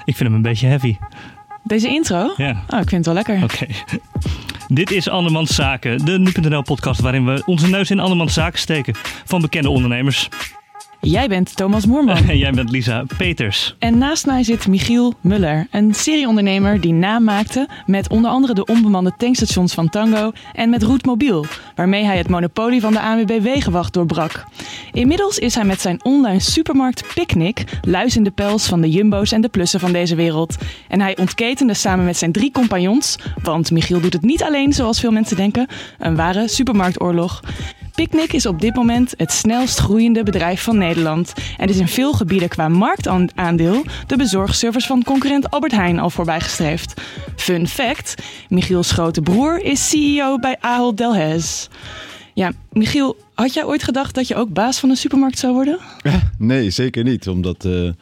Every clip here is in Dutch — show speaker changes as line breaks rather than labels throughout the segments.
Ik vind hem een beetje heavy.
Deze intro?
Ja.
Oh, ik vind het wel lekker.
Oké. Dit is Andermans Zaken, de Nu.nl podcast waarin we onze neus in andermans zaken steken van bekende ondernemers.
Jij bent Thomas Moerman.
En jij bent Lisa Peters.
En naast mij zit Michiel Muller, een serieondernemer die naam maakte met onder andere de onbemande tankstations van Tango en met Roetmobiel, waarmee hij het monopolie van de ANWB Wegenwacht doorbrak. Inmiddels is hij met zijn online supermarkt Picnic luis in de pels van de Jumbo's en de Plussen van deze wereld. En hij ontketende samen met zijn 3 compagnons, want Michiel doet het niet alleen zoals veel mensen denken, een ware supermarktoorlog. Picnic is op dit moment het snelst groeiende bedrijf van Nederland en is in veel gebieden qua marktaandeel de bezorgservice van concurrent Albert Heijn al voorbijgestreefd. Fun fact, Michiels grote broer is CEO bij Ahold Delhaize. Ja, Michiel, had jij ooit gedacht dat je ook baas van een supermarkt zou worden?
Nee, zeker niet. Omdat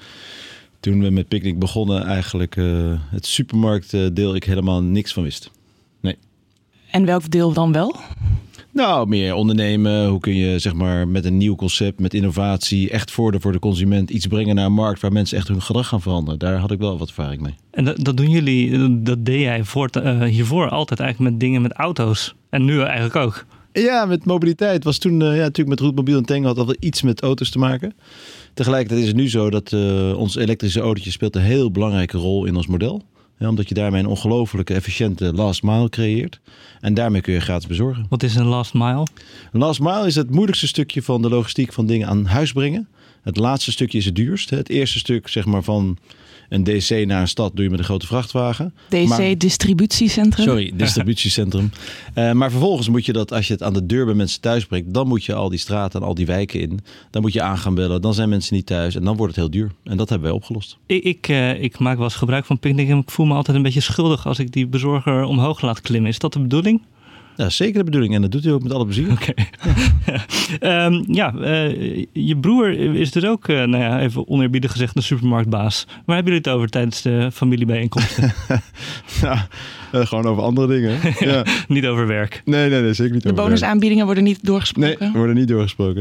toen we met Picnic begonnen eigenlijk het supermarktdeel ik helemaal niks van wist. Nee.
En welk deel dan wel?
Nou, meer ondernemen. Hoe kun je zeg maar met een nieuw concept, met innovatie, echt voor de consument iets brengen naar een markt waar mensen echt hun gedrag gaan veranderen. Daar had ik wel wat ervaring mee.
En dat doen jullie, dat deed jij hiervoor altijd eigenlijk met dingen met auto's. En nu eigenlijk ook.
Ja, met mobiliteit was toen natuurlijk met Roetmobiel en Tango had dat wel iets met auto's te maken. Tegelijkertijd is het nu zo dat ons elektrische autootje speelt een heel belangrijke rol in ons model. Ja, omdat je daarmee een ongelooflijke efficiënte last mile creëert. En daarmee kun je gratis bezorgen.
Wat is een last mile?
Een last mile is het moeilijkste stukje van de logistiek van dingen aan huis brengen. Het laatste stukje is het duurst. Het eerste stuk zeg maar van een DC naar een stad doe je met een grote vrachtwagen.
Distributiecentrum.
Sorry, distributiecentrum. Maar vervolgens moet je dat, als je het aan de deur bij mensen thuis brengt, dan moet je al die straten en al die wijken in. Dan moet je aan gaan bellen. Dan zijn mensen niet thuis en dan wordt het heel duur. En dat hebben wij opgelost.
Ik maak wel eens gebruik van Picnic en ik voel me altijd een beetje schuldig als ik die bezorger omhoog laat klimmen. Is dat de bedoeling?
Ja, zeker de bedoeling. En dat doet hij ook met alle plezier.
Oké. Je broer is dus ook, even oneerbiedig gezegd, een supermarktbaas. Waar hebben jullie het over tijdens de familiebijeenkomsten?
Gewoon over andere dingen. Ja.
Niet over werk.
Nee, zeker niet.
De bonusaanbiedingen worden niet doorgesproken?
Nee, worden niet doorgesproken.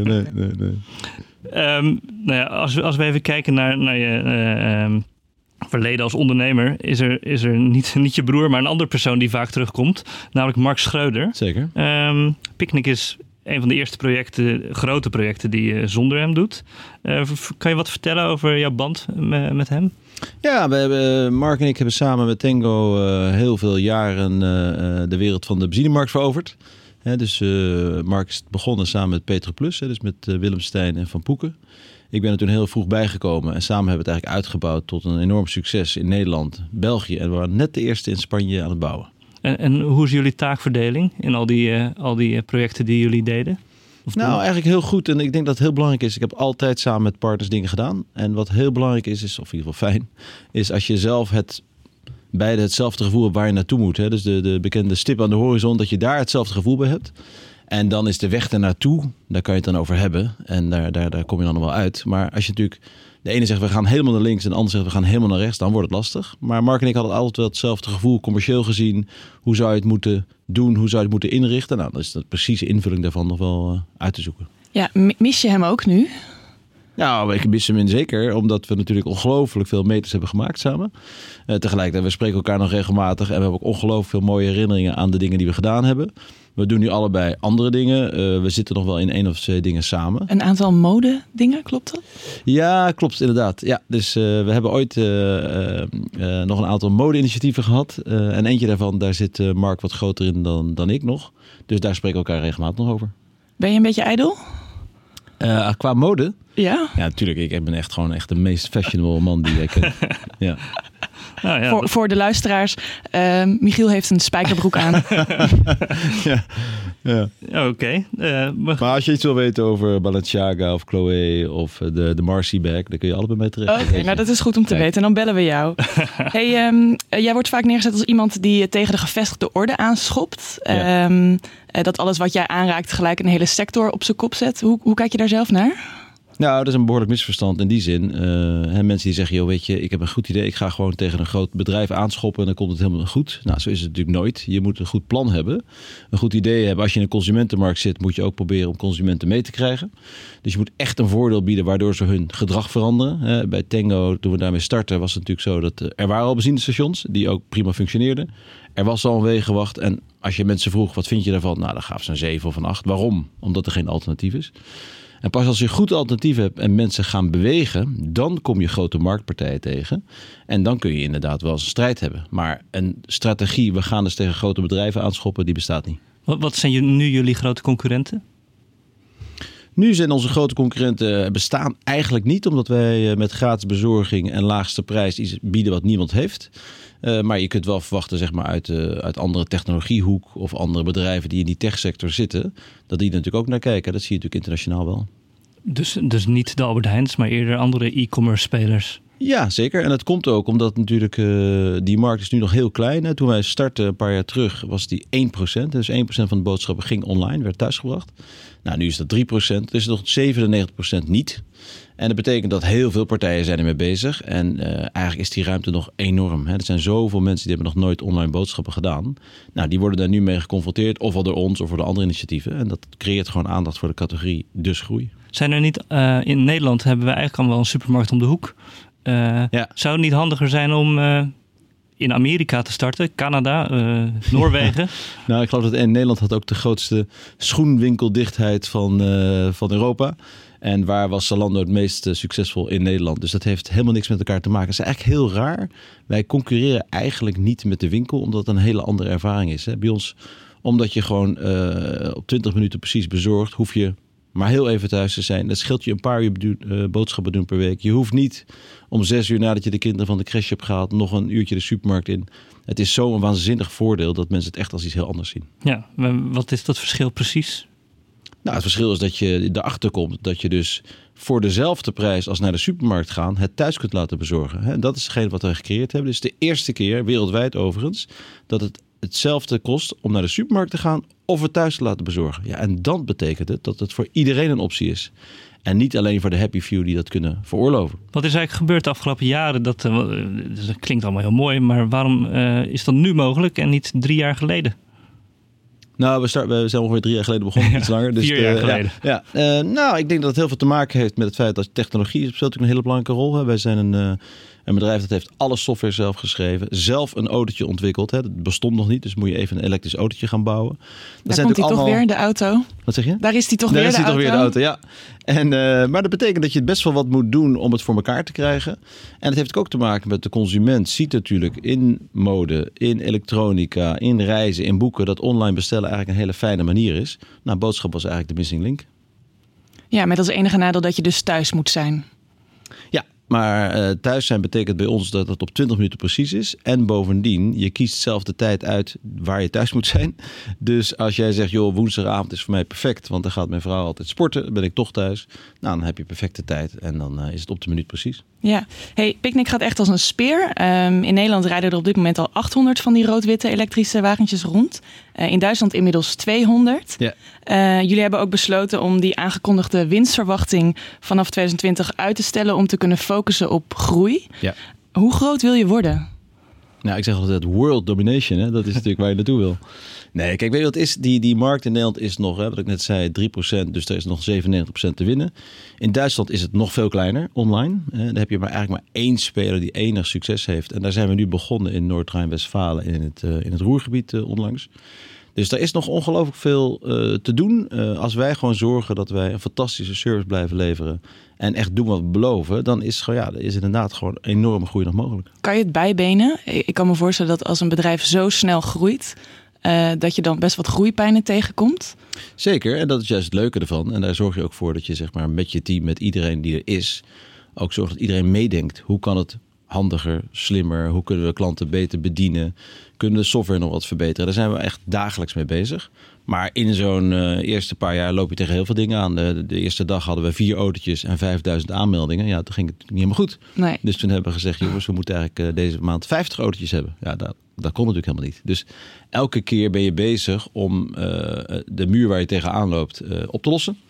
Nee.
Als we even kijken naar je verleden als ondernemer, is er niet je broer, maar een andere persoon die vaak terugkomt, namelijk Mark Schreuder.
Zeker.
Picnic is een van de eerste grote projecten die je zonder hem doet. Kan je wat vertellen over jouw band met hem? Ja,
Mark en ik hebben samen met Tango heel veel jaren de wereld van de benzinemarkt veroverd. Dus Mark is begonnen samen met Peter Plus, dus met Willem Stein en Van Poeken. Ik ben er toen heel vroeg bijgekomen en samen hebben we het eigenlijk uitgebouwd tot een enorm succes in Nederland, België. En we waren net de eerste in Spanje aan het bouwen.
En hoe is jullie taakverdeling in al die projecten die jullie deden?
Eigenlijk heel goed. En ik denk dat het heel belangrijk is. Ik heb altijd samen met partners dingen gedaan. En wat heel belangrijk is, of in ieder geval fijn, is als je zelf beide hetzelfde gevoel hebt waar je naartoe moet. Hè? Dus de bekende stip aan de horizon, dat je daar hetzelfde gevoel bij hebt. En dan is de weg ernaartoe, daar kan je het dan over hebben. En daar kom je dan nog wel uit. Maar als je natuurlijk, de ene zegt we gaan helemaal naar links en de ander zegt we gaan helemaal naar rechts, dan wordt het lastig. Maar Mark en ik hadden altijd wel hetzelfde gevoel, commercieel gezien. Hoe zou je het moeten doen? Hoe zou je het moeten inrichten? Nou, dan is de precieze invulling daarvan nog wel uit te zoeken.
Ja, mis je hem ook nu?
Nou, ik mis hem in zeker, omdat we natuurlijk ongelooflijk veel meters hebben gemaakt samen. Tegelijkertijd, we spreken elkaar nog regelmatig en we hebben ook ongelooflijk veel mooie herinneringen aan de dingen die we gedaan hebben. We doen nu allebei andere dingen. We zitten nog wel in 1 of 2 dingen samen.
Een aantal mode dingen, klopt dat?
Ja, klopt inderdaad. Ja, dus we hebben ooit nog een aantal mode-initiatieven gehad. En eentje daarvan, daar zit Mark wat groter in dan ik nog. Dus daar spreken we elkaar regelmatig nog over.
Ben je een beetje ijdel?
Qua mode?
Ja.
Ja, natuurlijk. Ik ben echt de meest fashionable man die ik ken. Ja.
Nou ja,
voor de luisteraars, Michiel heeft een spijkerbroek aan.
Ja.
Oké.
Maar als je iets wil weten over Balenciaga of Chloé of de Marcy bag, dan kun je allebei mee terecht.
Oké, nou dat is goed om te weten. Dan bellen we jou. Hey, jij wordt vaak neergezet als iemand die tegen de gevestigde orde aanschopt. Ja. Dat alles wat jij aanraakt gelijk een hele sector op zijn kop zet. Hoe kijk je daar zelf naar?
Nou, dat is een behoorlijk misverstand in die zin. Mensen die zeggen, joh, weet je, ik heb een goed idee. Ik ga gewoon tegen een groot bedrijf aanschoppen en dan komt het helemaal goed. Nou, zo is het natuurlijk nooit. Je moet een goed plan hebben. Een goed idee hebben. Als je in een consumentenmarkt zit, moet je ook proberen om consumenten mee te krijgen. Dus je moet echt een voordeel bieden waardoor ze hun gedrag veranderen. Bij Tango, toen we daarmee startten, was het natuurlijk zo dat er waren al benzinestations die ook prima functioneerden. Er was al een wegenwacht en als je mensen vroeg, wat vind je daarvan? Nou, dan gaven ze een 7 of een 8. Waarom? Omdat er geen alternatief is. En pas als je een goed alternatief hebt en mensen gaan bewegen, dan kom je grote marktpartijen tegen. En dan kun je inderdaad wel eens een strijd hebben. Maar een strategie, we gaan dus tegen grote bedrijven aanschoppen, die bestaat niet.
Wat zijn nu jullie grote concurrenten?
Nu zijn onze grote concurrenten bestaan eigenlijk niet, omdat wij met gratis bezorging en laagste prijs iets bieden wat niemand heeft. Maar je kunt wel verwachten, zeg maar, uit andere technologiehoek of andere bedrijven die in die techsector zitten, dat die er natuurlijk ook naar kijken. Dat zie je natuurlijk internationaal wel. Dus niet de Albert Heijns, maar eerder andere e-commerce spelers. Ja, zeker. En dat komt ook omdat natuurlijk die markt is nu nog heel klein. Toen wij startten een paar jaar terug was die 1%. Dus 1% van de boodschappen ging online, werd thuisgebracht. Nou, nu is dat 3%. Dus nog 97% niet. En dat betekent dat heel veel partijen zijn ermee bezig. En eigenlijk is die ruimte nog enorm. Er zijn zoveel mensen die hebben nog nooit online boodschappen gedaan. Nou, die worden daar nu mee geconfronteerd. Of al door ons of door de andere initiatieven. En dat creëert gewoon aandacht voor de categorie, dus groei.
Zijn er niet, in Nederland hebben we eigenlijk al wel een supermarkt om de hoek. Zou het niet handiger zijn om in Amerika te starten? Canada, Noorwegen?
Nou, ik geloof dat Nederland had ook de grootste schoenwinkeldichtheid van Europa. En waar was Zalando het meest succesvol in Nederland? Dus dat heeft helemaal niks met elkaar te maken. Het is eigenlijk heel raar. Wij concurreren eigenlijk niet met de winkel, omdat het een hele andere ervaring is. Bij ons, omdat je gewoon op 20 minuten precies bezorgt, hoef je maar heel even thuis te zijn. Dat scheelt je een paar uur boodschappen doen per week. Je hoeft niet om 6 uur nadat je de kinderen van de crash hebt gehaald nog een uurtje de supermarkt in. Het is zo'n waanzinnig voordeel dat mensen het echt als iets heel anders zien.
Ja, wat is dat verschil precies?
Nou, het verschil is dat je erachter komt dat je dus voor dezelfde prijs als naar de supermarkt gaan het thuis kunt laten bezorgen. En dat is hetgeen wat we gecreëerd hebben. Dit is de eerste keer, wereldwijd overigens, dat het hetzelfde kost om naar de supermarkt te gaan of het thuis te laten bezorgen. Ja, en dan betekent het dat het voor iedereen een optie is. En niet alleen voor de happy few die dat kunnen veroorloven.
Wat is eigenlijk gebeurd de afgelopen jaren? Dat klinkt allemaal heel mooi, maar waarom is dat nu mogelijk en niet 3 jaar geleden?
Nou, we zijn ongeveer 3 jaar geleden begonnen, iets langer. Dus
4 jaar geleden.
Nou, ik denk dat het heel veel te maken heeft met het feit dat technologie speelt natuurlijk een hele belangrijke rol. Wij zijn een bedrijf dat heeft alle software zelf geschreven, zelf een autootje ontwikkeld. Dat bestond nog niet, dus moet je even een elektrisch autootje gaan bouwen.
Daar komt hij toch weer, de auto.
Wat zeg je?
Daar is hij toch weer, de auto.
Ja. Maar dat betekent dat je best wel wat moet doen om het voor elkaar te krijgen. En dat heeft ook te maken met de consument. Ziet natuurlijk in mode, in elektronica, in reizen, in boeken, dat online bestellen eigenlijk een hele fijne manier is. Nou, boodschap was eigenlijk de missing link.
Ja, met als enige nadeel dat je dus thuis moet zijn.
Ja. Maar thuis zijn betekent bij ons dat het op 20 minuten precies is. En bovendien, je kiest zelf de tijd uit waar je thuis moet zijn. Dus als jij zegt, joh, woensdagavond is voor mij perfect, want dan gaat mijn vrouw altijd sporten, dan ben ik toch thuis. Nou, dan heb je perfecte tijd en dan is het op de minuut precies.
Ja, hey, Picnic gaat echt als een speer. In Nederland rijden er op dit moment al 800 van die rood-witte elektrische wagentjes rond. In Duitsland inmiddels 200. Ja. Jullie hebben ook besloten om die aangekondigde winstverwachting vanaf 2020 uit te stellen om te kunnen focussen op groei. Ja. Hoe groot wil je worden?
Nou, ik zeg altijd world domination. Hè? Dat is natuurlijk waar je naartoe wil. Nee, kijk, weet je wat het is? Die markt in Nederland is nog, wat ik net zei, 3%. Dus er is nog 97% te winnen. In Duitsland is het nog veel kleiner, online. Daar heb je eigenlijk maar 1 speler die enig succes heeft. En daar zijn we nu begonnen in Noord-Rijn-Westfalen in het Ruhrgebied onlangs. Dus daar is nog ongelooflijk veel te doen. Als wij gewoon zorgen dat wij een fantastische service blijven leveren en echt doen wat we beloven, dan is inderdaad gewoon enorme groei nog mogelijk.
Kan je het bijbenen? Ik kan me voorstellen dat als een bedrijf zo snel groeit, dat je dan best wat groeipijnen tegenkomt.
Zeker, en dat is juist het leuke ervan. En daar zorg je ook voor dat je zeg maar met je team, met iedereen die er is, ook zorgt dat iedereen meedenkt. Hoe kan het handiger, slimmer? Hoe kunnen we klanten beter bedienen? Kunnen we de software nog wat verbeteren? Daar zijn we echt dagelijks mee bezig. Maar in zo'n eerste paar jaar loop je tegen heel veel dingen aan. De eerste dag hadden we 4 autootjes en 5000 aanmeldingen. Ja, toen ging het niet helemaal goed. Nee. Dus toen hebben we gezegd, jongens, we moeten eigenlijk deze maand 50 autootjes hebben. Ja, dat kon natuurlijk helemaal niet. Dus elke keer ben je bezig om de muur waar je tegenaan loopt op te lossen.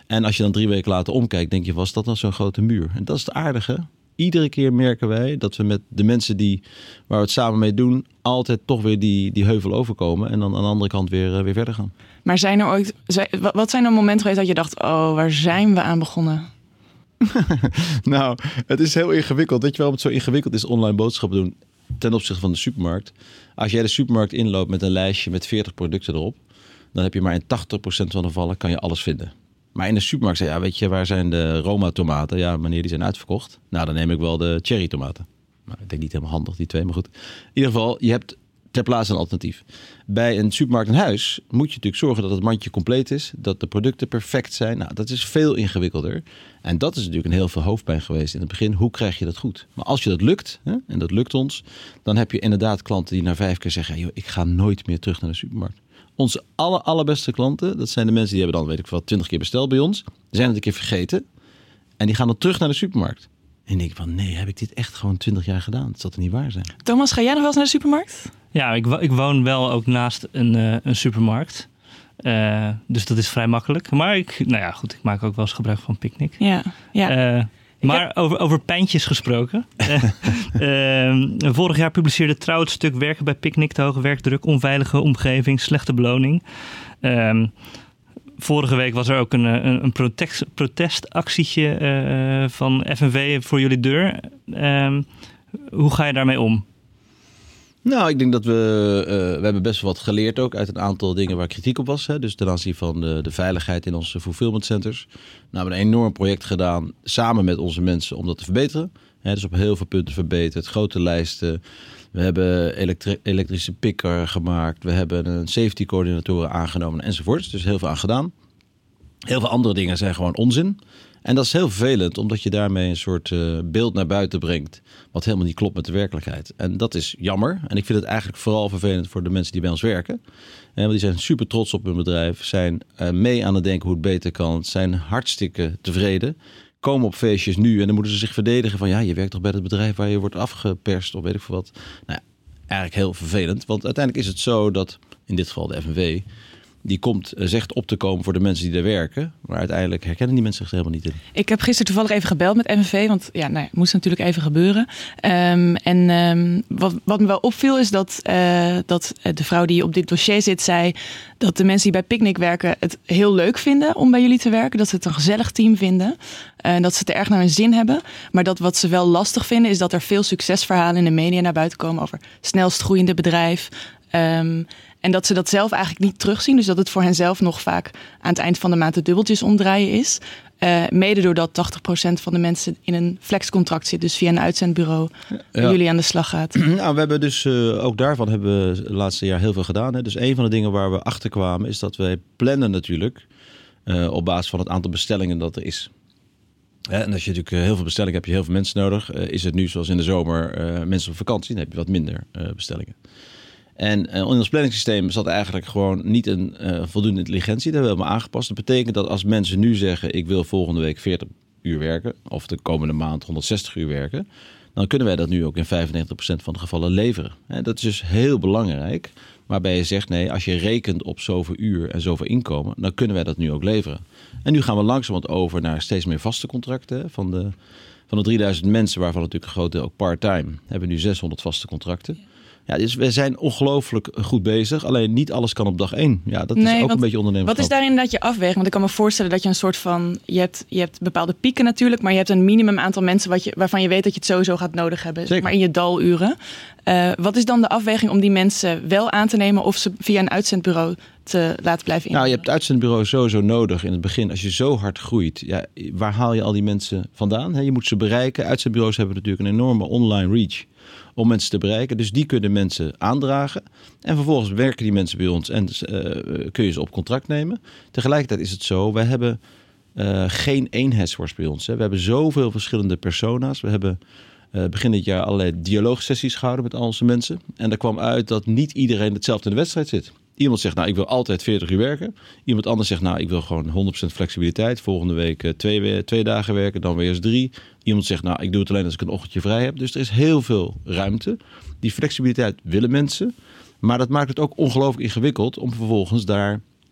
En als je dan 3 weken later omkijkt, denk je, was dat dan zo'n grote muur? En dat is het aardige. Iedere keer merken wij dat we met de mensen waar we het samen mee doen, altijd toch weer die heuvel overkomen en dan aan de andere kant weer verder gaan.
Maar wat zijn er momenten geweest dat je dacht, waar zijn we aan begonnen?
Nou, het is heel ingewikkeld. Weet je waarom het zo ingewikkeld is online boodschappen doen ten opzichte van de supermarkt? Als jij de supermarkt inloopt met een lijstje met 40 producten erop, dan heb je maar in 80% van de gevallen kan je alles vinden. Maar in de supermarkt zei weet je, waar zijn de Roma tomaten? Ja, meneer, die zijn uitverkocht. Nou, dan neem ik wel de cherry tomaten. Maar ik denk niet helemaal handig, die 2, maar goed. In ieder geval, je hebt ter plaatse een alternatief. Bij een supermarkt in huis moet je natuurlijk zorgen dat het mandje compleet is. Dat de producten perfect zijn. Nou, dat is veel ingewikkelder. En dat is natuurlijk een heel veel hoofdpijn geweest in het begin. Hoe krijg je dat goed? Maar als je dat lukt, en dat lukt ons, dan heb je inderdaad klanten die na 5 keer zeggen, joh, ik ga nooit meer terug naar de supermarkt. Onze allerbeste klanten, dat zijn de mensen die hebben dan, weet ik wel, 20 keer besteld bij ons. Die zijn het een keer vergeten. En die gaan dan terug naar de supermarkt. En ik denk van, nee, heb ik dit echt gewoon 20 jaar gedaan? Dat zal toch niet waar zijn?
Thomas, ga jij nog wel eens naar de supermarkt?
Ja, ik woon wel ook naast een supermarkt. Dus dat is vrij makkelijk. Maar ik maak ook wel eens gebruik van Picnic.
Ja.
Maar over pijntjes gesproken. Vorig jaar publiceerde Trouw het stuk Werken bij Picnic, te hoge werkdruk, onveilige omgeving, slechte beloning. Vorige week was er ook een protestactietje van FNV voor jullie deur. Hoe ga je daarmee om?
Nou, ik denk dat we hebben best wel wat geleerd ook uit een aantal dingen waar kritiek op was. Hè? Dus ten aanzien van de veiligheid in onze fulfillment centers. Nou, we hebben een enorm project gedaan samen met onze mensen om dat te verbeteren. Dus op heel veel punten verbeterd. Grote lijsten. We hebben elektrische picker gemaakt. We hebben een safety coördinatoren aangenomen enzovoorts. Dus heel veel aan gedaan. Heel veel andere dingen zijn gewoon onzin. En dat is heel vervelend, omdat je daarmee een soort beeld naar buiten brengt wat helemaal niet klopt met de werkelijkheid. En dat is jammer. En ik vind het eigenlijk vooral vervelend voor de mensen die bij ons werken. Want die zijn super trots op hun bedrijf, zijn mee aan het denken hoe het beter kan, zijn hartstikke tevreden. Komen op feestjes nu en dan moeten ze zich verdedigen van je werkt toch bij het bedrijf waar je wordt afgeperst of weet ik veel wat. Nou, eigenlijk heel vervelend, want uiteindelijk is het zo dat in dit geval de FNV die zegt op te komen voor de mensen die daar werken. Maar uiteindelijk herkennen die mensen zich helemaal niet in.
Ik heb gisteren toevallig even gebeld met FNV. Want het moest natuurlijk even gebeuren. Wat me wel opviel is dat de vrouw die op dit dossier zit zei dat de mensen die bij Picnic werken het heel leuk vinden om bij jullie te werken. Dat ze het een gezellig team vinden. Dat ze het er erg naar hun zin hebben. Maar dat wat ze wel lastig vinden is dat er veel succesverhalen in de media naar buiten komen over snelst groeiende bedrijf. En dat ze dat zelf eigenlijk niet terugzien. Dus dat het voor hen zelf nog vaak aan het eind van de maand de dubbeltjes omdraaien is. Mede doordat 80% van de mensen in een flexcontract zit. Dus via een uitzendbureau bij jullie aan de slag gaat.
Nou, we hebben dus ook daarvan hebben we het laatste jaar heel veel gedaan. Hè. Dus een van de dingen waar we achter kwamen is dat wij plannen natuurlijk op basis van het aantal bestellingen dat er is. En als je natuurlijk heel veel bestellingen hebt, je heel veel mensen nodig. Is het nu zoals in de zomer mensen op vakantie, dan heb je wat minder bestellingen. En in ons planningssysteem zat eigenlijk gewoon niet een voldoende intelligentie. Dat hebben we helemaal aangepast. Dat betekent dat als mensen nu zeggen, ik wil volgende week 40 uur werken, of de komende maand 160 uur werken, dan kunnen wij dat nu ook in 95% van de gevallen leveren. Dat is dus heel belangrijk. Waarbij je zegt, nee, als je rekent op zoveel uur en zoveel inkomen, dan kunnen wij dat nu ook leveren. En nu gaan we langzamerhand over naar steeds meer vaste contracten. Van de 3000 mensen, waarvan natuurlijk een groot deel ook part-time, hebben we nu 600 vaste contracten. Ja, dus we zijn ongelooflijk goed bezig. Alleen niet alles kan op dag 1. Ja, dat is ook een beetje ondernemerschap.
Wat is daar inderdaad je afweging? Want ik kan me voorstellen dat je een soort van je hebt bepaalde pieken natuurlijk, maar je hebt een minimum aantal mensen waarvan je weet dat je het sowieso gaat nodig hebben. Zeker. Maar in je daluren. Wat is dan de afweging om die mensen wel aan te nemen of ze via een uitzendbureau te laten blijven in?
Nou, je hebt het uitzendbureau sowieso nodig in het begin. Als je zo hard groeit, waar haal je al die mensen vandaan? Je moet ze bereiken. Uitzendbureaus hebben natuurlijk een enorme online reach om mensen te bereiken. Dus die kunnen mensen aandragen. En vervolgens werken die mensen bij ons en kun je ze op contract nemen. Tegelijkertijd is het zo, wij hebben geen eenheidsworst bij ons. Hè. We hebben zoveel verschillende persona's. We hebben begin dit jaar allerlei dialoogsessies gehouden met al onze mensen. En daar kwam uit dat niet iedereen hetzelfde in de wedstrijd zit. Iemand zegt, ik wil altijd 40 uur werken. Iemand anders zegt, ik wil gewoon 100% flexibiliteit. Volgende week 2 dagen werken, dan weer eens 3. Iemand zegt, ik doe het alleen als ik een ochtendje vrij heb. Dus er is heel veel ruimte. Die flexibiliteit willen mensen. Maar dat maakt het ook ongelooflijk ingewikkeld om vervolgens daar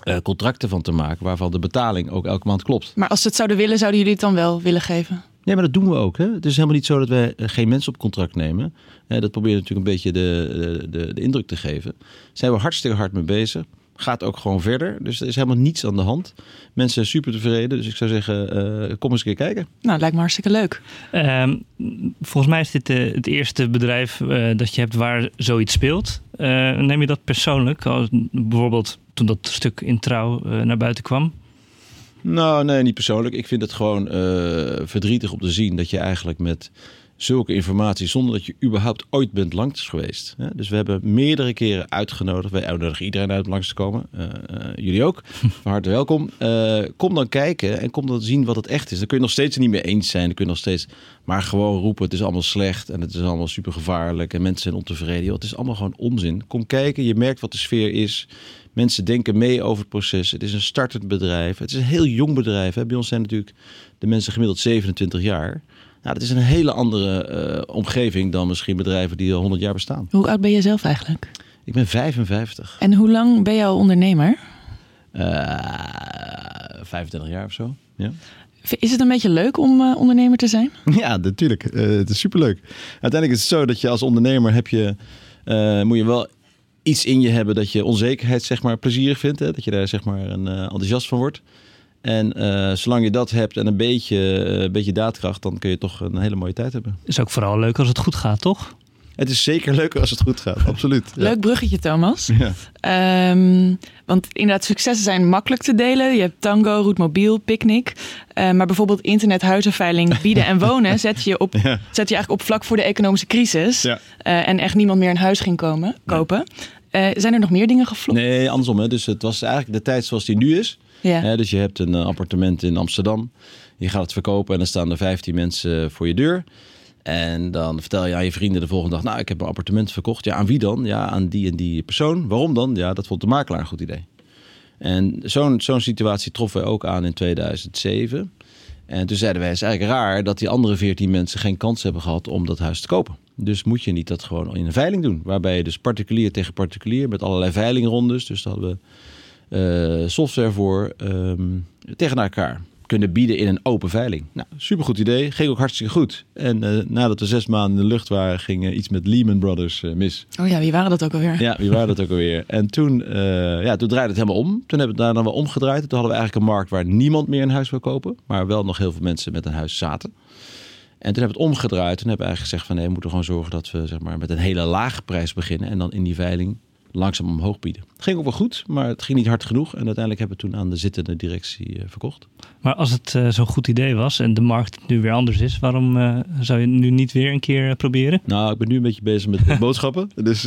contracten van te maken waarvan de betaling ook elke maand klopt.
Maar als ze het zouden willen, zouden jullie het dan wel willen geven?
Nee, maar dat doen we ook. Hè? Het is helemaal niet zo dat wij geen mensen op contract nemen. Dat probeert natuurlijk een beetje de indruk te geven. Daar zijn we hartstikke hard mee bezig. Gaat ook gewoon verder. Dus er is helemaal niets aan de hand. Mensen zijn super tevreden. Dus ik zou zeggen, kom eens een keer kijken.
Nou, lijkt me hartstikke leuk.
Volgens mij is dit het eerste bedrijf dat je hebt waar zoiets speelt. Neem je dat persoonlijk? Als, bijvoorbeeld toen dat stuk in Trouw naar buiten kwam?
Nou, nee, niet persoonlijk. Ik vind het gewoon verdrietig om te zien dat je eigenlijk met zulke informatie, zonder dat je überhaupt ooit bent langs geweest. Dus we hebben meerdere keren uitgenodigd. Wij uitnodigen iedereen uit om langs te komen. Jullie ook. Van harte welkom. Kom dan kijken en kom dan zien wat het echt is. Dan kun je nog steeds er niet mee eens zijn. Dan kun je nog steeds maar gewoon roepen, het is allemaal slecht en het is allemaal super gevaarlijk en mensen zijn ontevreden. Joh, het is allemaal gewoon onzin. Kom kijken, je merkt wat de sfeer is. Mensen denken mee over het proces. Het is een startend bedrijf. Het is een heel jong bedrijf. Hè. Bij ons zijn natuurlijk de mensen gemiddeld 27 jaar. Nou, dat is een hele andere omgeving dan misschien bedrijven die al 100 jaar bestaan.
Hoe oud ben je zelf eigenlijk?
Ik ben 55.
En hoe lang ben je al ondernemer?
25 jaar of zo, ja.
Is het een beetje leuk om ondernemer te zijn?
Ja, natuurlijk. Het is superleuk. Uiteindelijk is het zo dat je als ondernemer moet je wel iets in je hebben dat je onzekerheid zeg maar plezierig vindt. Hè? Dat je daar zeg maar enthousiast van wordt. En zolang je dat hebt en een beetje daadkracht, dan kun je toch een hele mooie tijd hebben.
Is ook vooral leuk als het goed gaat, toch?
Het is zeker leuker als het goed gaat, absoluut. Ja.
Leuk bruggetje, Thomas.
Ja.
Want inderdaad, successen zijn makkelijk te delen. Je hebt Tango, Roetmobiel, Picnic. Maar bijvoorbeeld internethuizenveiling Bieden en Wonen zet je eigenlijk op vlak voor de economische crisis. Ja. En echt niemand meer een huis ging kopen. Zijn er nog meer dingen geflopt?
Nee, andersom. Hè. Dus het was eigenlijk de tijd zoals die nu is. Ja. Dus je hebt een appartement in Amsterdam. Je gaat het verkopen en dan staan er 15 mensen voor je deur. En dan vertel je aan je vrienden de volgende dag, nou, ik heb een appartement verkocht. Ja, aan wie dan? Ja, aan die en die persoon. Waarom dan? Ja, dat vond de makelaar een goed idee. En zo'n situatie troffen wij ook aan in 2007. En toen zeiden wij, het is eigenlijk raar dat die andere 14 mensen geen kans hebben gehad om dat huis te kopen. Dus moet je niet dat gewoon in een veiling doen. Waarbij je dus particulier tegen particulier met allerlei veilingrondes. Dus daar hadden we software voor tegen elkaar kunnen bieden in een open veiling. Nou, supergoed idee. Ging ook hartstikke goed. En nadat we 6 maanden in de lucht waren, ging iets met Lehman Brothers mis.
Oh ja, wie waren dat ook alweer?
Ja, wie waren dat ook alweer? En toen draaide het helemaal om. Toen hebben we het daarna wel omgedraaid. Toen hadden we eigenlijk een markt waar niemand meer een huis wil kopen. Maar wel nog heel veel mensen met een huis zaten. En toen hebben we het omgedraaid. Toen hebben we eigenlijk gezegd van nee, we moeten gewoon zorgen dat we zeg maar met een hele lage prijs beginnen. En dan in die veiling langzaam omhoog bieden. Het ging ook wel goed, maar het ging niet hard genoeg. En uiteindelijk hebben we toen aan de zittende directie verkocht.
Maar als het zo'n goed idee was en de markt nu weer anders is, waarom zou je nu niet weer een keer proberen?
Nou, ik ben nu een beetje bezig met boodschappen. Dus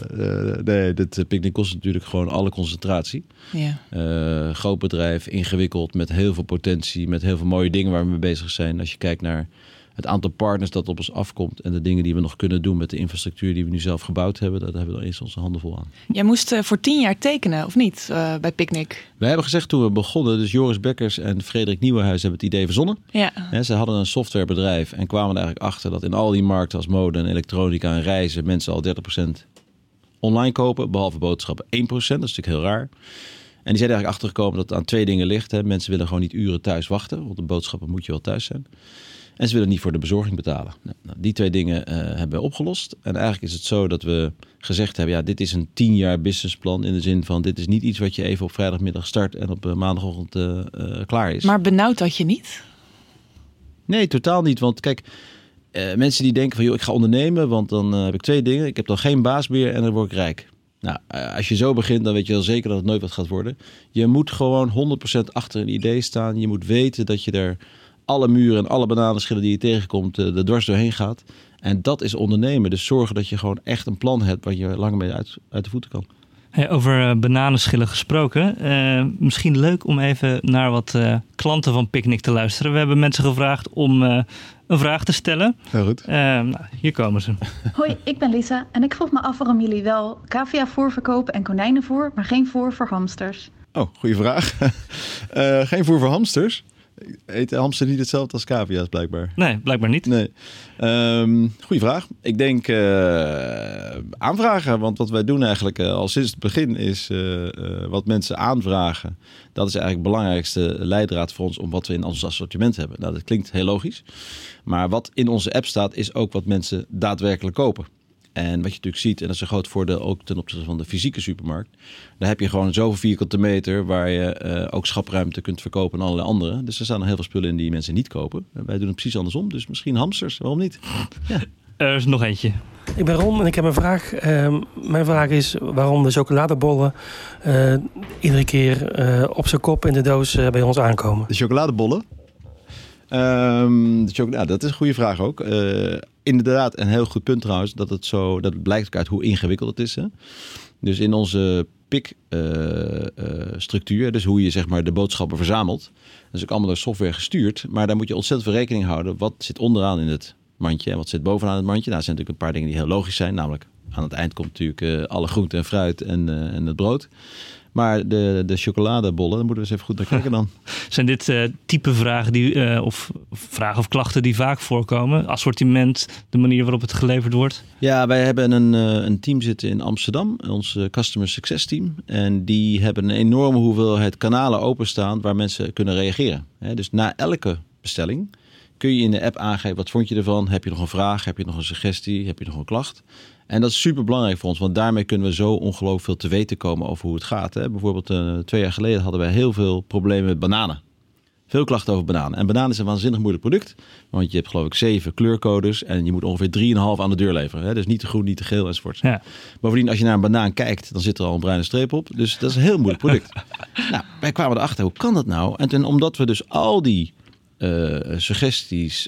dit Picnic kost natuurlijk gewoon alle concentratie. Ja. Groot bedrijf, ingewikkeld, met heel veel potentie, met heel veel mooie dingen waar we mee bezig zijn. Als je kijkt naar het aantal partners dat op ons afkomt en de dingen die we nog kunnen doen met de infrastructuur die we nu zelf gebouwd hebben, daar hebben we dan eens onze handen vol aan.
Jij moest voor 10 jaar tekenen, of niet, bij Picnic?
Wij hebben gezegd toen we begonnen, dus Joris Bekkers en Frederik Nieuwenhuis hebben het idee verzonnen. Ja. Ze hadden een softwarebedrijf en kwamen er eigenlijk achter dat in al die markten als mode en elektronica en reizen mensen al 30% online kopen, behalve boodschappen 1%. Dat is natuurlijk heel raar. En die zijn eigenlijk achtergekomen dat het aan 2 dingen ligt. Hè. Mensen willen gewoon niet uren thuis wachten, want de boodschappen moet je wel thuis zijn. En ze willen niet voor de bezorging betalen. Nou, die 2 dingen hebben we opgelost. En eigenlijk is het zo dat we gezegd hebben, ja, dit is een 10 jaar businessplan. In de zin van, dit is niet iets wat je even op vrijdagmiddag start en op maandagochtend klaar is.
Maar benauwd dat je niet?
Nee, totaal niet. Want kijk, mensen die denken van, joh, ik ga ondernemen, want dan heb ik 2 dingen. Ik heb dan geen baas meer en dan word ik rijk. Nou, als je zo begint, dan weet je wel zeker dat het nooit wat gaat worden. Je moet gewoon 100% achter een idee staan. Je moet weten dat je er alle muren en alle bananenschillen die je tegenkomt er dwars doorheen gaat. En dat is ondernemen. Dus zorgen dat je gewoon echt een plan hebt waar je lang mee uit de voeten kan.
Hey, over bananenschillen gesproken. Misschien leuk om even naar wat klanten van Picnic te luisteren. We hebben mensen gevraagd om een vraag te stellen.
Heel goed.
Hier komen ze.
Hoi, ik ben Lisa en ik vroeg me af waarom jullie wel caviavoer verkopen en konijnenvoer, maar geen voer voor hamsters.
Oh, goede vraag. Geen voer voor hamsters? Eet hamster niet hetzelfde als cavia's blijkbaar?
Nee, blijkbaar niet.
Nee. Goeie vraag. Ik denk aanvragen. Want wat wij doen eigenlijk al sinds het begin is wat mensen aanvragen. Dat is eigenlijk de belangrijkste leidraad voor ons om wat we in ons assortiment hebben. Nou, dat klinkt heel logisch. Maar wat in onze app staat is ook wat mensen daadwerkelijk kopen. En wat je natuurlijk ziet, en dat is een groot voordeel ook ten opzichte van de fysieke supermarkt. Daar heb je gewoon zoveel vierkante meter waar je ook schapruimte kunt verkopen en allerlei andere. Dus er staan er heel veel spullen in die mensen niet kopen. Wij doen het precies andersom, dus misschien hamsters, waarom niet? Ja.
Er is nog eentje.
Ik ben Ron en ik heb een vraag. Mijn vraag is waarom de chocoladebollen iedere keer op zijn kop in de doos bij ons aankomen.
De chocoladebollen? Dat is een goede vraag ook. Inderdaad, een heel goed punt trouwens. Dat blijkt ook uit hoe ingewikkeld het is. Hè? Dus in onze PIC-structuur, dus hoe je zeg maar de boodschappen verzamelt. Dat is ook allemaal door software gestuurd. Maar daar moet je ontzettend veel rekening houden. Wat zit onderaan in het mandje en wat zit bovenaan het mandje? Nou, er zijn natuurlijk een paar dingen die heel logisch zijn. Namelijk aan het eind komt natuurlijk alle groente en fruit en het brood. Maar de chocoladebollen, daar moeten we eens even goed naar kijken dan.
Zijn dit type vragen of vragen of klachten die vaak voorkomen? Assortiment, de manier waarop het geleverd wordt? Ja,
wij hebben een team zitten in Amsterdam, ons Customer Success Team. En die hebben een enorme hoeveelheid kanalen openstaan waar mensen kunnen reageren. Dus na elke bestelling kun je in de app aangeven, wat vond je ervan? Heb je nog een vraag? Heb je nog een suggestie? Heb je nog een klacht? En dat is super belangrijk voor ons, want daarmee kunnen we zo ongelooflijk veel te weten komen over hoe het gaat. Hè? Bijvoorbeeld 2 jaar geleden hadden wij heel veel problemen met bananen. Veel klachten over bananen. En bananen is een waanzinnig moeilijk product, want je hebt geloof ik 7 kleurcodes en je moet ongeveer 3,5 aan de deur leveren. Hè? Dus niet te groen, niet te geel enzovoort. Ja. Bovendien, als je naar een banaan kijkt, dan zit er al een bruine streep op. Dus dat is een heel moeilijk product. Nou, wij kwamen erachter, hoe kan dat nou? En omdat we dus al die suggesties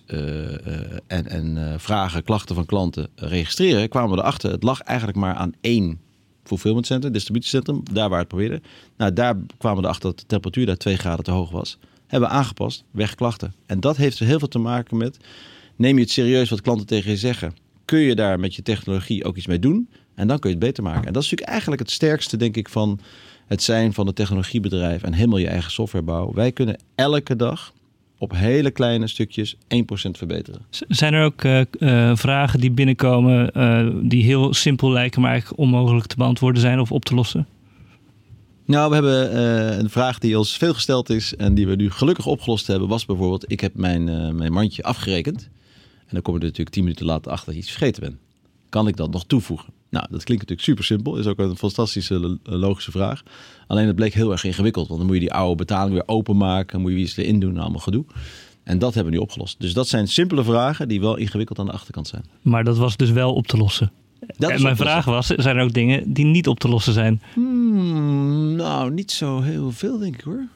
en vragen, klachten van klanten registreren, kwamen we erachter. Het lag eigenlijk maar aan 1 fulfillment center, distributiecentrum, daar waar het probeerde. Nou, daar kwamen we erachter dat de temperatuur daar 2 graden te hoog was. Hebben we aangepast, weg klachten. En dat heeft heel veel te maken met, neem je het serieus wat klanten tegen je zeggen? Kun je daar met je technologie ook iets mee doen? En dan kun je het beter maken. En dat is natuurlijk eigenlijk het sterkste, denk ik, van het zijn van een technologiebedrijf en helemaal je eigen software bouwen. Wij kunnen elke dag op hele kleine stukjes 1% verbeteren. Zijn er ook vragen die binnenkomen die heel simpel lijken, maar eigenlijk onmogelijk te beantwoorden zijn of op te lossen? Nou, we hebben een vraag die ons veel gesteld is en die we nu gelukkig opgelost hebben, was bijvoorbeeld, ik heb mijn mandje afgerekend en dan kom je er natuurlijk 10 minuten later achter dat je iets vergeten bent. Kan ik dat nog toevoegen? Nou, dat klinkt natuurlijk super simpel. Is ook een fantastische logische vraag. Alleen het bleek heel erg ingewikkeld. Want dan moet je die oude betaling weer openmaken. Dan moet je iets erin doen. Allemaal gedoe. En dat hebben we nu opgelost. Dus dat zijn simpele vragen die wel ingewikkeld aan de achterkant zijn. Maar dat was dus wel op te lossen. En mijn vraag was, zijn er ook dingen die niet op te lossen zijn? Nou, niet zo heel veel denk ik hoor.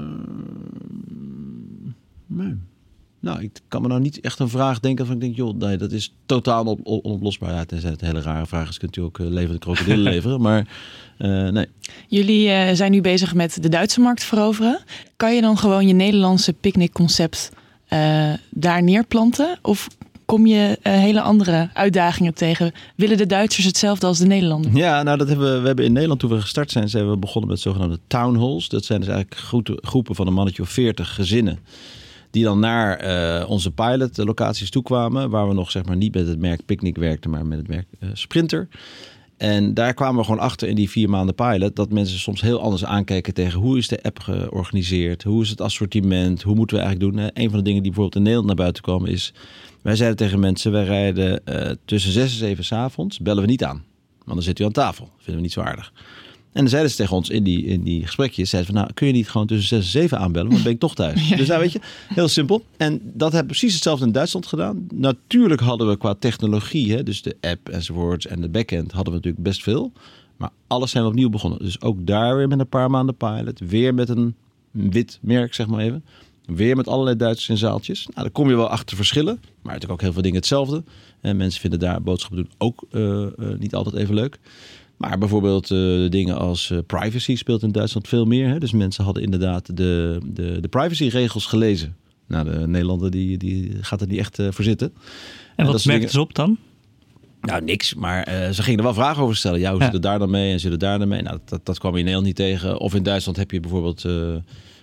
Nee. Nou, ik kan me nou niet echt een vraag denken van ik denk, joh, nee, dat is totaal onoplosbaar. Ja, tenzij het een hele rare vraag is, kunt u ook levende krokodillen leveren, maar nee. Jullie zijn nu bezig met de Duitse markt veroveren. Kan je dan gewoon je Nederlandse picknickconcept daar neerplanten? Of kom je hele andere uitdagingen tegen? Willen de Duitsers hetzelfde als de Nederlanders? Ja, nou, we hebben in Nederland, toen we gestart zijn we begonnen met zogenaamde town halls. Dat zijn dus eigenlijk groepen van een mannetje of 40 gezinnen. Die dan naar onze pilot-locaties toekwamen. Waar we nog zeg maar niet met het merk Picnic werkten, maar met het merk Sprinter. En daar kwamen we gewoon achter in die 4 maanden pilot. Dat mensen soms heel anders aankijken tegen hoe is de app georganiseerd? Hoe is het assortiment? Hoe moeten we eigenlijk doen? Een van de dingen die bijvoorbeeld in Nederland naar buiten komen is, wij zeiden tegen mensen, wij rijden tussen 6 en 7 's avonds, bellen we niet aan. Want dan zit u aan tafel. Dat vinden we niet zo aardig. En dan zeiden ze tegen ons in die gesprekjes, zeiden van, nou, kun je niet gewoon tussen 6 en 7 aanbellen, want dan ben ik toch thuis. Ja. Dus nou, weet je, heel simpel. En dat hebben we precies hetzelfde in Duitsland gedaan. Natuurlijk hadden we qua technologie, hè, dus de app enzovoorts en de backend, hadden we natuurlijk best veel. Maar alles zijn we opnieuw begonnen. Dus ook daar weer met een paar maanden pilot, weer met een wit merk, zeg maar even. Weer met allerlei Duitsers in zaaltjes. Nou, dan kom je wel achter verschillen, maar natuurlijk ook heel veel dingen hetzelfde. En mensen vinden daar boodschappen doen ook niet altijd even leuk. Maar bijvoorbeeld dingen als privacy speelt in Duitsland veel meer. Hè? Dus mensen hadden inderdaad de privacyregels gelezen. Nou, de Nederlander die gaat er niet echt voor zitten. En wat merkten ze op dan? Nou, niks. Maar ze gingen er wel vragen over stellen. Ja, hoe zit het daar dan mee en zit het daar dan mee? Nou, dat kwam je in Nederland niet tegen. Of in Duitsland heb je bijvoorbeeld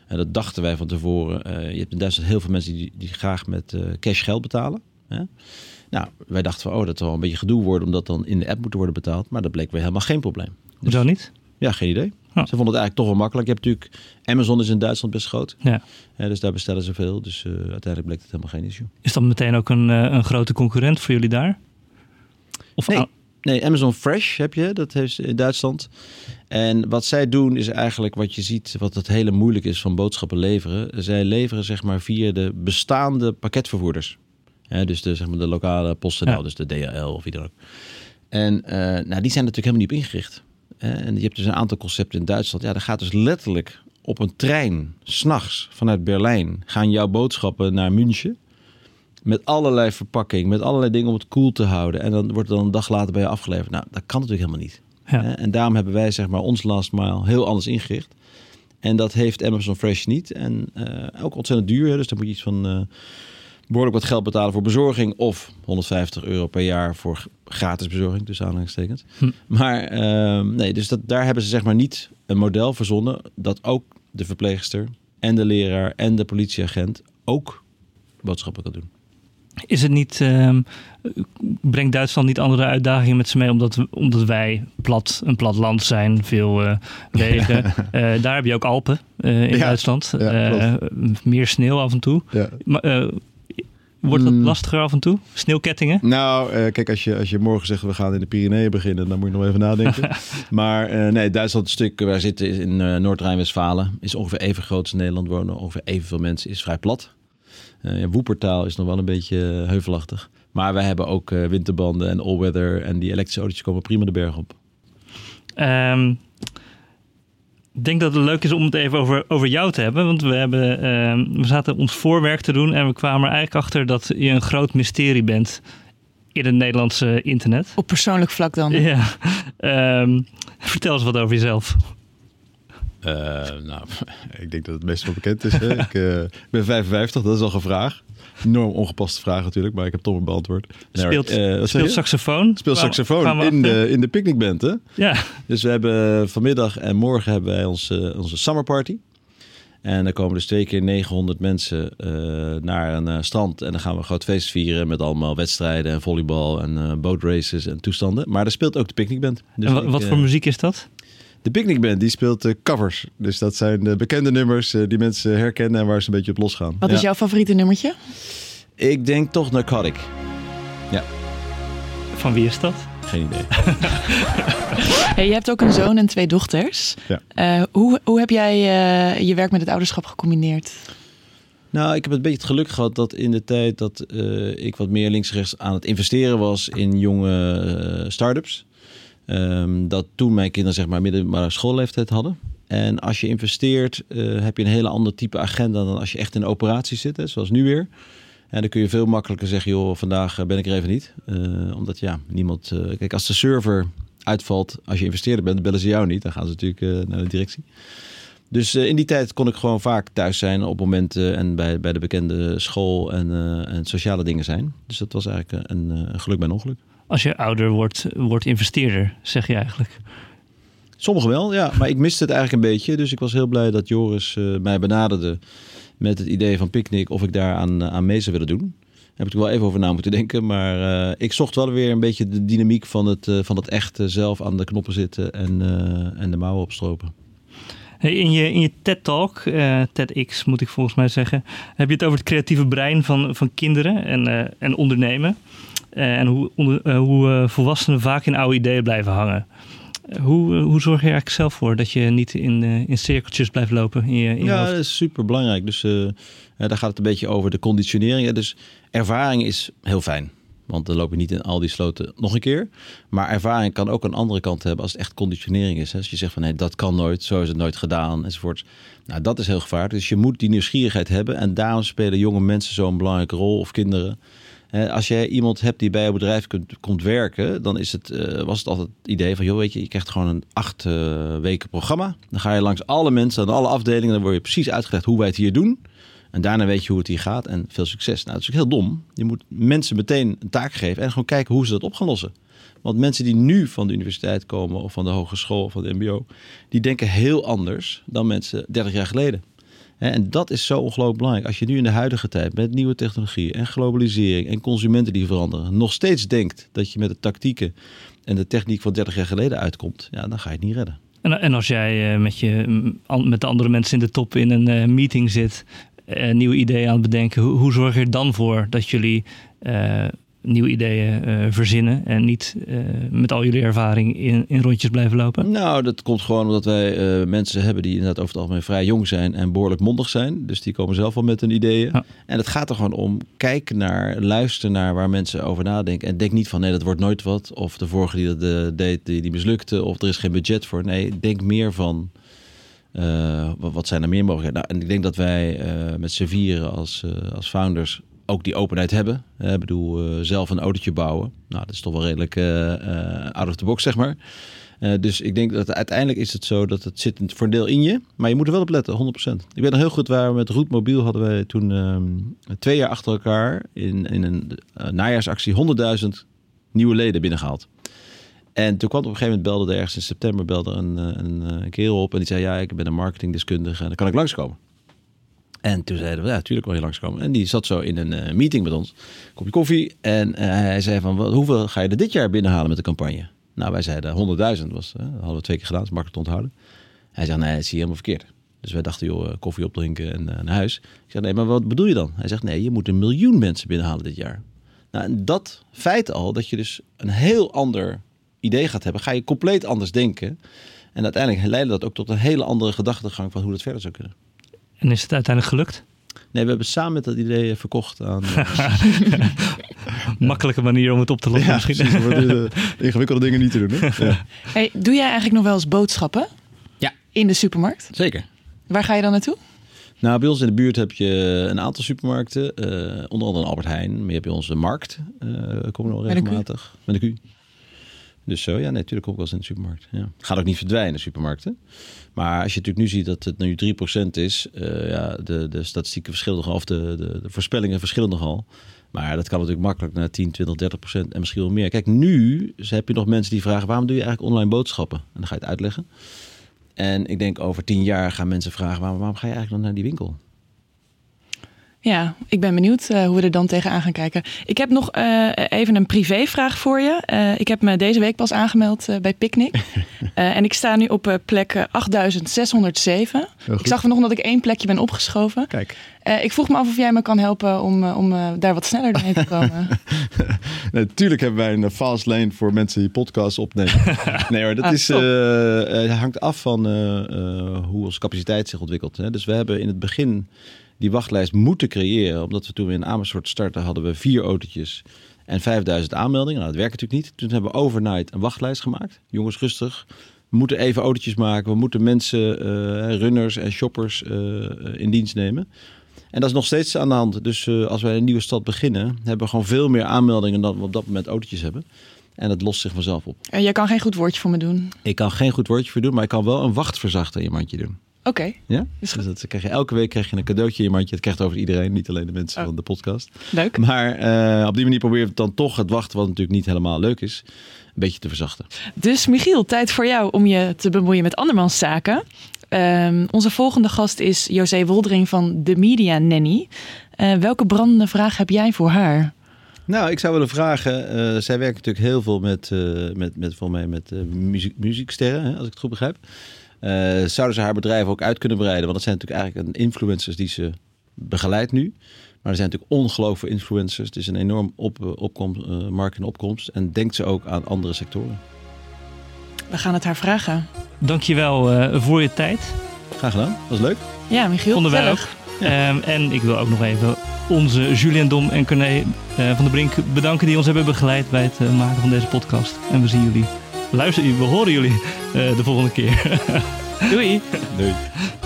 En dat dachten wij van tevoren. Je hebt in Duitsland heel veel mensen die graag met cash geld betalen. Hè? Nou, wij dachten van, dat zal wel een beetje gedoe worden... omdat dan in de app moet worden betaald. Maar dat bleek weer helemaal geen probleem. Dus,
Zo niet?
Ja, geen idee. Ze vonden het eigenlijk toch wel makkelijk. Je hebt natuurlijk... Amazon is in Duitsland best groot.
Ja.
Dus daar bestellen ze veel. Dus uiteindelijk bleek het helemaal geen issue.
Is dat meteen ook een grote concurrent voor jullie daar? Of
Nee, Amazon Fresh heb je. Dat heeft in Duitsland. En wat zij doen is eigenlijk wat je ziet... wat het hele moeilijk is van boodschappen leveren. Zij leveren zeg maar via de bestaande pakketvervoerders. Dus de lokale PostNL, dus de DHL of wie dan ook. En die zijn natuurlijk helemaal niet op ingericht. En je hebt dus een aantal concepten in Duitsland. Ja, daar gaat dus letterlijk op een trein... 's nachts vanuit Berlijn... gaan jouw boodschappen naar München... met allerlei verpakking, met allerlei dingen om het koel te houden. En dan wordt het dan een dag later bij je afgeleverd. Nou, dat kan natuurlijk helemaal niet. Ja. En daarom hebben wij zeg maar ons last mile heel anders ingericht. En dat heeft Amazon Fresh niet. En ook ontzettend duur. Dus dan moet je iets van behoorlijk wat geld betalen voor bezorging... of €150 per jaar voor gratis bezorging, tussen aanhalingstekens. Maar dus daar hebben ze zeg maar niet een model verzonnen... dat ook de verpleegster en de leraar en de politieagent... ook boodschappen kan doen.
Is het niet, brengt Duitsland niet andere uitdagingen met zich mee... omdat wij een plat land zijn, veel wegen. Daar heb je ook Alpen in Duitsland. Meer sneeuw af en toe. Ja. Maar, wordt dat lastiger af en toe? Sneeuwkettingen?
Nou, kijk, als je morgen zegt... we gaan in de Pyreneeën beginnen... dan moet je nog even nadenken. Maar Duitsland, het stuk waar zitten in Noord-Rijn-Westfalen... is ongeveer even groot als Nederland. Wonen ongeveer evenveel mensen. Is vrij plat. Woepertaal is nog wel een beetje heuvelachtig. Maar wij hebben ook winterbanden en all-weather... en die elektrische autootjes komen prima de berg op.
Ik denk dat het leuk is om het even over jou te hebben. Want we zaten ons voorwerk te doen... en we kwamen er eigenlijk achter dat je een groot mysterie bent... in het Nederlandse internet.
Op persoonlijk vlak dan?
Ja. Vertel eens wat over jezelf.
Ik denk dat het best wel bekend is. Hè? Ik ben 55, dat is al een vraag. Enorm ongepaste vraag natuurlijk, maar ik heb toch een beantwoord.
Speelt saxofoon?
Speelt saxofoon in de picknickband, hè?
Ja.
Dus we hebben vanmiddag en morgen hebben wij onze summer party. En dan komen dus 2 keer 900 mensen naar een strand. En dan gaan we een groot feest vieren met allemaal wedstrijden en volleybal en bootraces en toestanden. Maar er speelt ook de picknickband. Dus
en wat voor muziek is dat?
De Picnic Band die speelt covers. Dus dat zijn de bekende nummers die mensen herkennen en waar ze een beetje op losgaan.
Wat is jouw favoriete nummertje?
Ik denk toch Narcotic. Ja.
Van wie is dat?
Geen idee.
Je hebt ook een zoon en 2 dochters. Ja. Hoe heb jij je werk met het ouderschap gecombineerd?
Nou, ik heb een beetje het geluk gehad dat in de tijd dat ik wat meer links-rechts aan het investeren was in jonge start-ups. Dat toen mijn kinderen zeg maar middelbare schoolleeftijd hadden. En als je investeert heb je een hele ander type agenda dan als je echt in een operatie zit, hè, zoals nu weer. En dan kun je veel makkelijker zeggen, joh, vandaag ben ik er even niet. Omdat niemand... kijk, als de server uitvalt, als je investeerder bent, bellen ze jou niet. Dan gaan ze natuurlijk naar de directie. Dus in die tijd kon ik gewoon vaak thuis zijn op momenten en bij de bekende school en sociale dingen zijn. Dus dat was eigenlijk een geluk bij een ongeluk.
Als je ouder wordt investeerder, zeg je eigenlijk.
Sommigen wel, ja. Maar ik miste het eigenlijk een beetje. Dus ik was heel blij dat Joris mij benaderde met het idee van Picnic of ik daar aan mee zou willen doen. Daar heb ik er wel even over na moeten denken. Maar ik zocht wel weer een beetje de dynamiek van het echte zelf aan de knoppen zitten en de mouwen opstropen.
Hey, in je TED-talk, TEDx moet ik volgens mij zeggen, heb je het over het creatieve brein van kinderen en ondernemen. En hoe volwassenen vaak in oude ideeën blijven hangen. Hoe zorg je eigenlijk zelf voor dat je niet in cirkeltjes blijft lopen in je hoofd?
Dat is super belangrijk. Dus daar gaat het een beetje over de conditionering. Dus ervaring is heel fijn. Want dan loop je niet in al die sloten nog een keer. Maar ervaring kan ook een andere kant hebben als het echt conditionering is. Hè? Als je zegt van nee, dat kan nooit, zo is het nooit gedaan enzovoort. Nou, dat is heel gevaarlijk. Dus je moet die nieuwsgierigheid hebben. En daarom spelen jonge mensen zo'n belangrijke rol of kinderen. Als jij iemand hebt die bij een bedrijf komt werken, dan was het altijd het idee van, joh, weet je krijgt gewoon een 8 weken programma. Dan ga je langs alle mensen en alle afdelingen, dan word je precies uitgelegd hoe wij het hier doen. En daarna weet je hoe het hier gaat en veel succes. Nou, dat is ook heel dom. Je moet mensen meteen een taak geven en gewoon kijken hoe ze dat op gaan lossen. Want mensen die nu van de universiteit komen of van de hogeschool of van de mbo, die denken heel anders dan mensen 30 jaar geleden. En dat is zo ongelooflijk belangrijk. Als je nu in de huidige tijd met nieuwe technologie en globalisering en consumenten die veranderen, nog steeds denkt dat je met de tactieken en de techniek van 30 jaar geleden uitkomt, ja, dan ga je het niet redden.
En als jij met de andere mensen in de top in een meeting zit, nieuwe ideeën aan het bedenken, hoe zorg je er dan voor dat jullie nieuwe ideeën verzinnen en niet met al jullie ervaring in rondjes blijven lopen? Nou, dat komt gewoon omdat wij mensen hebben die inderdaad over het algemeen vrij jong zijn en behoorlijk mondig zijn. Dus die komen zelf wel met hun ideeën. Ja. En het gaat er gewoon om, luister naar waar mensen over nadenken. En denk niet van nee, dat wordt nooit wat. Of de vorige die dat deed, die mislukte. Of er is geen budget voor. Nee, denk meer van wat zijn er meer mogelijkheden. Nou, en ik denk dat wij met z'n vieren als founders ook die openheid hebben. Ik bedoel, zelf een autootje bouwen. Nou, dat is toch wel redelijk out of the box, zeg maar. Dus ik denk dat uiteindelijk is het zo dat het zit voor een deel in je. Maar je moet er wel op letten, 100%. Ik weet nog heel goed waar we met Roet Mobiel hadden wij toen 2 jaar achter elkaar in een najaarsactie 100.000 nieuwe leden binnengehaald. En toen kwam op een gegeven moment belde er ergens in september een kerel op en die zei ja, ik ben een marketingdeskundige en dan kan ik langskomen. En toen zeiden we, ja, natuurlijk wil je langskomen. En die zat zo in een meeting met ons, kopje koffie. En hij zei van, hoeveel ga je er dit jaar binnenhalen met de campagne? Nou, wij zeiden 100.000. Dat hadden we 2 keer gedaan, dat is makkelijk te onthouden. Hij zei, nee, dat zie je helemaal verkeerd. Dus wij dachten, joh, koffie opdrinken en naar huis. Ik zei, nee, maar wat bedoel je dan? Hij zegt, nee, je moet 1 miljoen mensen binnenhalen dit jaar. Nou, en dat feit al, dat je dus een heel ander idee gaat hebben, ga je compleet anders denken. En uiteindelijk leidde dat ook tot een hele andere gedachtegang van hoe dat verder zou kunnen. En is het uiteindelijk gelukt? Nee, we hebben samen met dat idee verkocht aan... Makkelijke manier om het op te lossen misschien. Precies, om ingewikkelde dingen niet te doen. Hè? Ja.
Hey, doe jij eigenlijk nog wel eens boodschappen? Ja. In de supermarkt?
Zeker.
Waar ga je dan naartoe?
Nou, bij ons in de buurt heb je een aantal supermarkten. Onder andere een Albert Heijn. Maar je hebt bij ons de Markt. Komen we nog regelmatig. Met een Q. Dus zo, ja, natuurlijk kom ik wel eens in de supermarkt. Ja. Het gaat ook niet verdwijnen, de supermarkten. Maar als je natuurlijk nu ziet dat het nu 3% is... de statistieken verschillen nogal, of de voorspellingen verschillen nogal. Maar dat kan natuurlijk makkelijk naar 10, 20, 30% en misschien wel meer. Kijk, nu heb je nog mensen die vragen... waarom doe je eigenlijk online boodschappen? En dan ga je het uitleggen. En ik denk over 10 jaar gaan mensen vragen... waarom ga je eigenlijk nog naar die winkel?
Ja, ik ben benieuwd hoe we er dan tegenaan gaan kijken. Ik heb nog even een privévraag voor je. Ik heb me deze week pas aangemeld bij Picnic. En ik sta nu op plek 8607. Ik zag vanochtend dat ik 1 plekje ben opgeschoven. Kijk. Ik vroeg me af of jij me kan helpen om daar wat sneller doorheen te komen.
Natuurlijk hebben wij een fast lane voor mensen die podcasts opnemen. Nee hoor, dat hangt af van hoe onze capaciteit zich ontwikkelt. Hè. Dus we hebben in het begin... die wachtlijst moeten creëren. Omdat we toen we in Amersfoort starten... hadden we 4 autootjes en 5000 aanmeldingen. Nou, dat werkt natuurlijk niet. Toen hebben we overnight een wachtlijst gemaakt. Jongens, rustig. We moeten even autootjes maken. We moeten mensen, runners en shoppers in dienst nemen. En dat is nog steeds aan de hand. Dus als wij een nieuwe stad beginnen... hebben we gewoon veel meer aanmeldingen... dan we op dat moment autootjes hebben. En dat lost zich vanzelf op.
En jij kan geen goed woordje voor me doen?
Ik kan geen goed woordje voor doen... maar ik kan wel een wachtverzachter in je mandje doen.
Oké.
Ja? Dus dat krijg je elke week een cadeautje in je mandje. Het krijgt over iedereen, niet alleen de mensen van de podcast.
Leuk.
Maar op die manier proberen we dan toch het wachten, wat natuurlijk niet helemaal leuk is, een beetje te verzachten.
Dus Michiel, tijd voor jou om je te bemoeien met andermans zaken. Onze volgende gast is José Woldering van The Media Nanny. Welke brandende vraag heb jij voor haar?
Nou, ik zou willen vragen, zij werkt natuurlijk heel veel met muzieksterren, hè, als ik het goed begrijp. Zouden ze haar bedrijf ook uit kunnen breiden? Want dat zijn natuurlijk eigenlijk influencers die ze begeleidt nu. Maar er zijn natuurlijk ongelooflijk veel influencers. Het is een enorm markt in opkomst. En denkt ze ook aan andere sectoren?
We gaan het haar vragen.
Dankjewel voor je tijd.
Graag gedaan. Was leuk.
Ja, Michiel.
Vonden wij ook. Ja. En ik wil ook nog even onze Julien Dom en Corné van der Brink bedanken... die ons hebben begeleid bij het maken van deze podcast. En we zien jullie. We horen jullie de volgende keer.
Doei.
Doei.